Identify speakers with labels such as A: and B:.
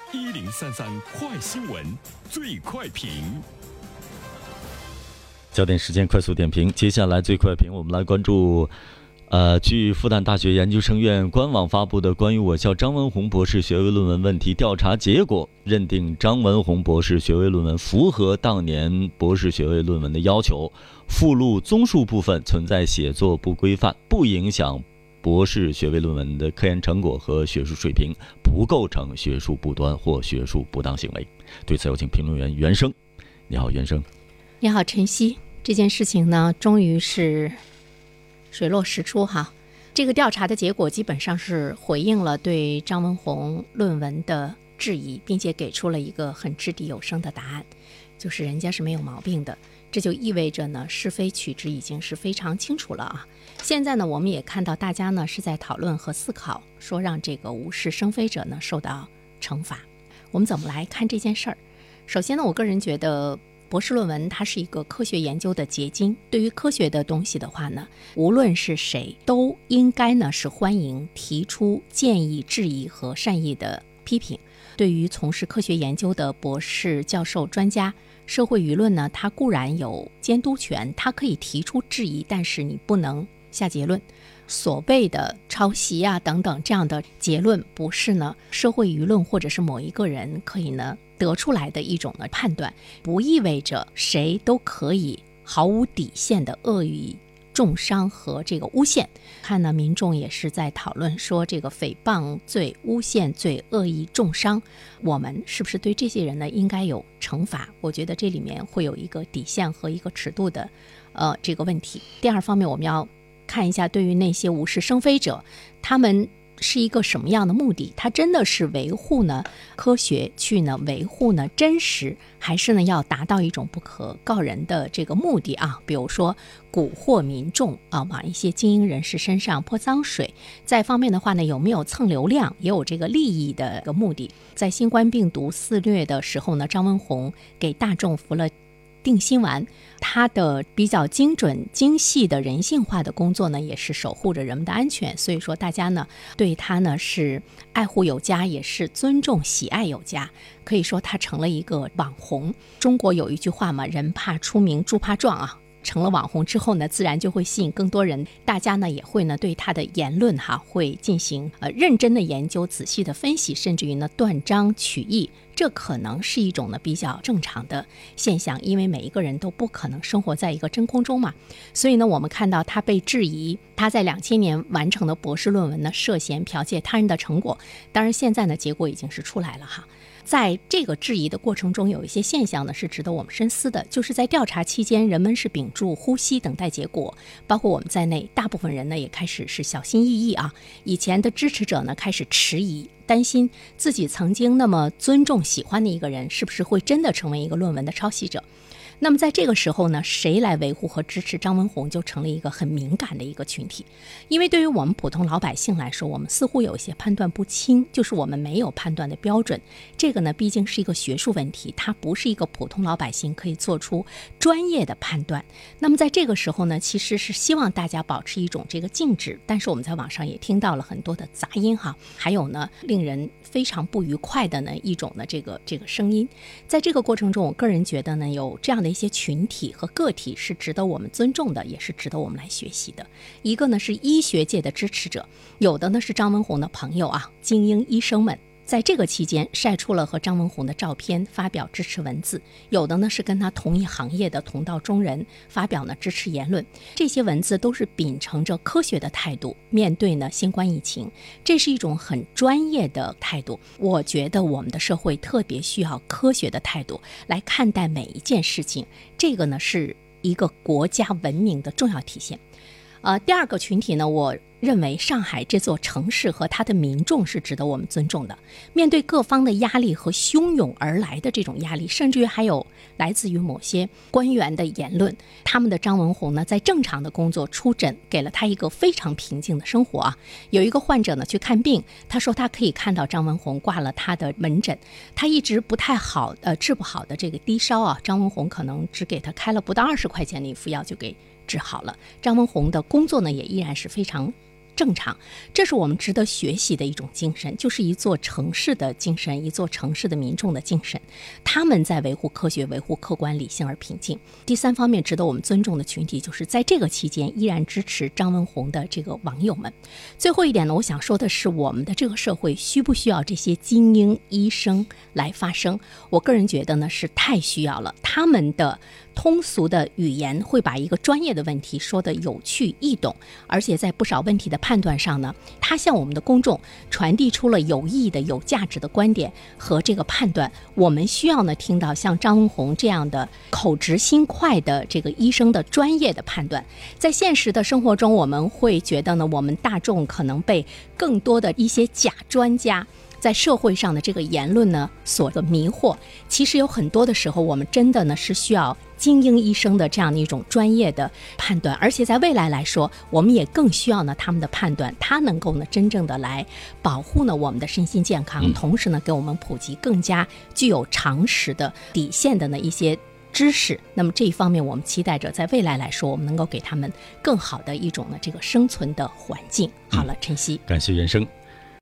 A: 1033快新闻最快评。
B: 焦点时间快速点评，接下来最快评，我们来关注据复旦大学研究生院官网发布的关于我校张文宏博士学位论文问题调查结果，认定张文宏博士学位论文符合当年博士学位论文的要求，附录综述部分存在写作不规范，不影响博士学位论文的科研成果和学术水平，不构成学术不端或学术不当行为。对此有请评论员袁生。你好，袁生。
C: 你好，晨曦。这件事情呢，终于是水落石出哈。这个调查的结果基本上是回应了对张文宏论文的质疑，并且给出了一个很掷地有声的答案，就是人家是没有毛病的。这就意味着呢，是非曲直已经是非常清楚了啊。现在呢，我们也看到大家呢是在讨论和思考，说让这个无事生非者呢受到惩罚。我们怎么来看这件事儿？首先呢，我个人觉得博士论文它是一个科学研究的结晶，对于科学的东西的话呢，无论是谁都应该呢是欢迎提出建议、质疑和善意的批评。对于从事科学研究的博士、教授、专家，社会舆论呢，它固然有监督权，它可以提出质疑，但是你不能下结论。所谓的抄袭啊等等这样的结论，不是呢社会舆论或者是某一个人可以呢得出来的一种呢判断，不意味着谁都可以毫无底线的恶意重伤和这个诬陷。看呢，民众也是在讨论说，这个诽谤罪、诬陷罪、恶意重伤，我们是不是对这些人呢应该有惩罚？我觉得这里面会有一个底线和一个尺度的这个问题。第二方面，我们要看一下对于那些无事生非者，他们是一个什么样的目的？他真的是维护呢科学，去呢维护呢真实，还是呢要达到一种不可告人的这个目的啊？比如说蛊惑民众啊，往一些精英人士身上泼脏水。再方面的话呢，有没有蹭流量，也有这个利益的一个目的。在新冠病毒肆虐的时候呢，张文宏给大众服了定心丸，他的比较精准精细的人性化的工作呢，也是守护着人们的安全。所以说大家呢对他呢是爱护有加，也是尊重喜爱有加，可以说他成了一个网红。中国有一句话嘛，人怕出名猪怕壮啊，成了网红之后呢，自然就会吸引更多人，大家呢也会呢对他的言论会进行认真的研究、仔细的分析，甚至于呢断章取义。这可能是一种呢比较正常的现象，因为每一个人都不可能生活在一个真空中嘛。所以呢，我们看到他被质疑，他在2000年完成的博士论文呢涉嫌剽窃他人的成果。当然现在呢结果已经是出来了哈。在这个质疑的过程中，有一些现象呢是值得我们深思的，就是在调查期间，人们是屏住呼吸等待结果，包括我们在内，大部分人呢也开始是小心翼翼啊。以前的支持者呢开始迟疑，担心自己曾经那么尊重喜欢的一个人，是不是会真的成为一个论文的抄袭者。那么在这个时候呢，谁来维护和支持张文宏就成了一个很敏感的一个群体。因为对于我们普通老百姓来说，我们似乎有一些判断不清，就是我们没有判断的标准。这个呢毕竟是一个学术问题，它不是一个普通老百姓可以做出专业的判断。那么在这个时候呢，其实是希望大家保持一种这个静止，但是我们在网上也听到了很多的杂音哈，还有呢令人非常不愉快的呢一种呢这个声音。在这个过程中，我个人觉得呢，有这样的一些群体和个体是值得我们尊重的，也是值得我们来学习的。一个呢是医学界的支持者，有的呢是张文宏的朋友啊，精英医生们。在这个期间晒出了和张文宏的照片，发表支持文字，有的呢是跟他同一行业的同道中人，发表呢支持言论。这些文字都是秉承着科学的态度面对呢新冠疫情，这是一种很专业的态度。我觉得我们的社会特别需要科学的态度来看待每一件事情，这个呢是一个国家文明的重要体现。第二个群体呢，我认为上海这座城市和它的民众是值得我们尊重的。面对各方的压力和汹涌而来的这种压力，甚至于还有来自于某些官员的言论，他们的张文宏呢，在正常的工作出诊，给了他一个非常平静的生活啊。有一个患者呢去看病，他说他可以看到张文宏挂了他的门诊，他一直不太好治不好的这个低烧啊，张文宏可能只给他开了不到20块钱的一副药就给治好了。张文宏的工作呢也依然是非常正常。这是我们值得学习的一种精神，就是一座城市的精神，一座城市的民众的精神，他们在维护科学、维护客观理性而平静。第三方面值得我们尊重的群体，就是在这个期间依然支持张文宏的这个网友们。最后一点呢，我想说的是，我们的这个社会需不需要这些精英医生来发声？我个人觉得呢，是太需要了。他们的通俗的语言会把一个专业的问题说得有趣易懂，而且在不少问题的判断上呢，他向我们的公众传递出了有益的、有价值的观点和这个判断。我们需要呢听到像张文宏这样的口直心快的这个医生的专业的判断。在现实的生活中，我们会觉得呢，我们大众可能被更多的一些假专家在社会上的这个言论呢所迷惑。其实有很多的时候，我们真的呢是需要精英医生的这样的一种专业的判断，而且在未来来说，我们也更需要呢他们的判断，他能够呢真正的来保护呢我们的身心健康，同时呢给我们普及更加具有常识的底线的呢一些知识。那么这一方面，我们期待着在未来来说，我们能够给他们更好的一种呢这个生存的环境。好了，晨曦，
B: 感谢袁生。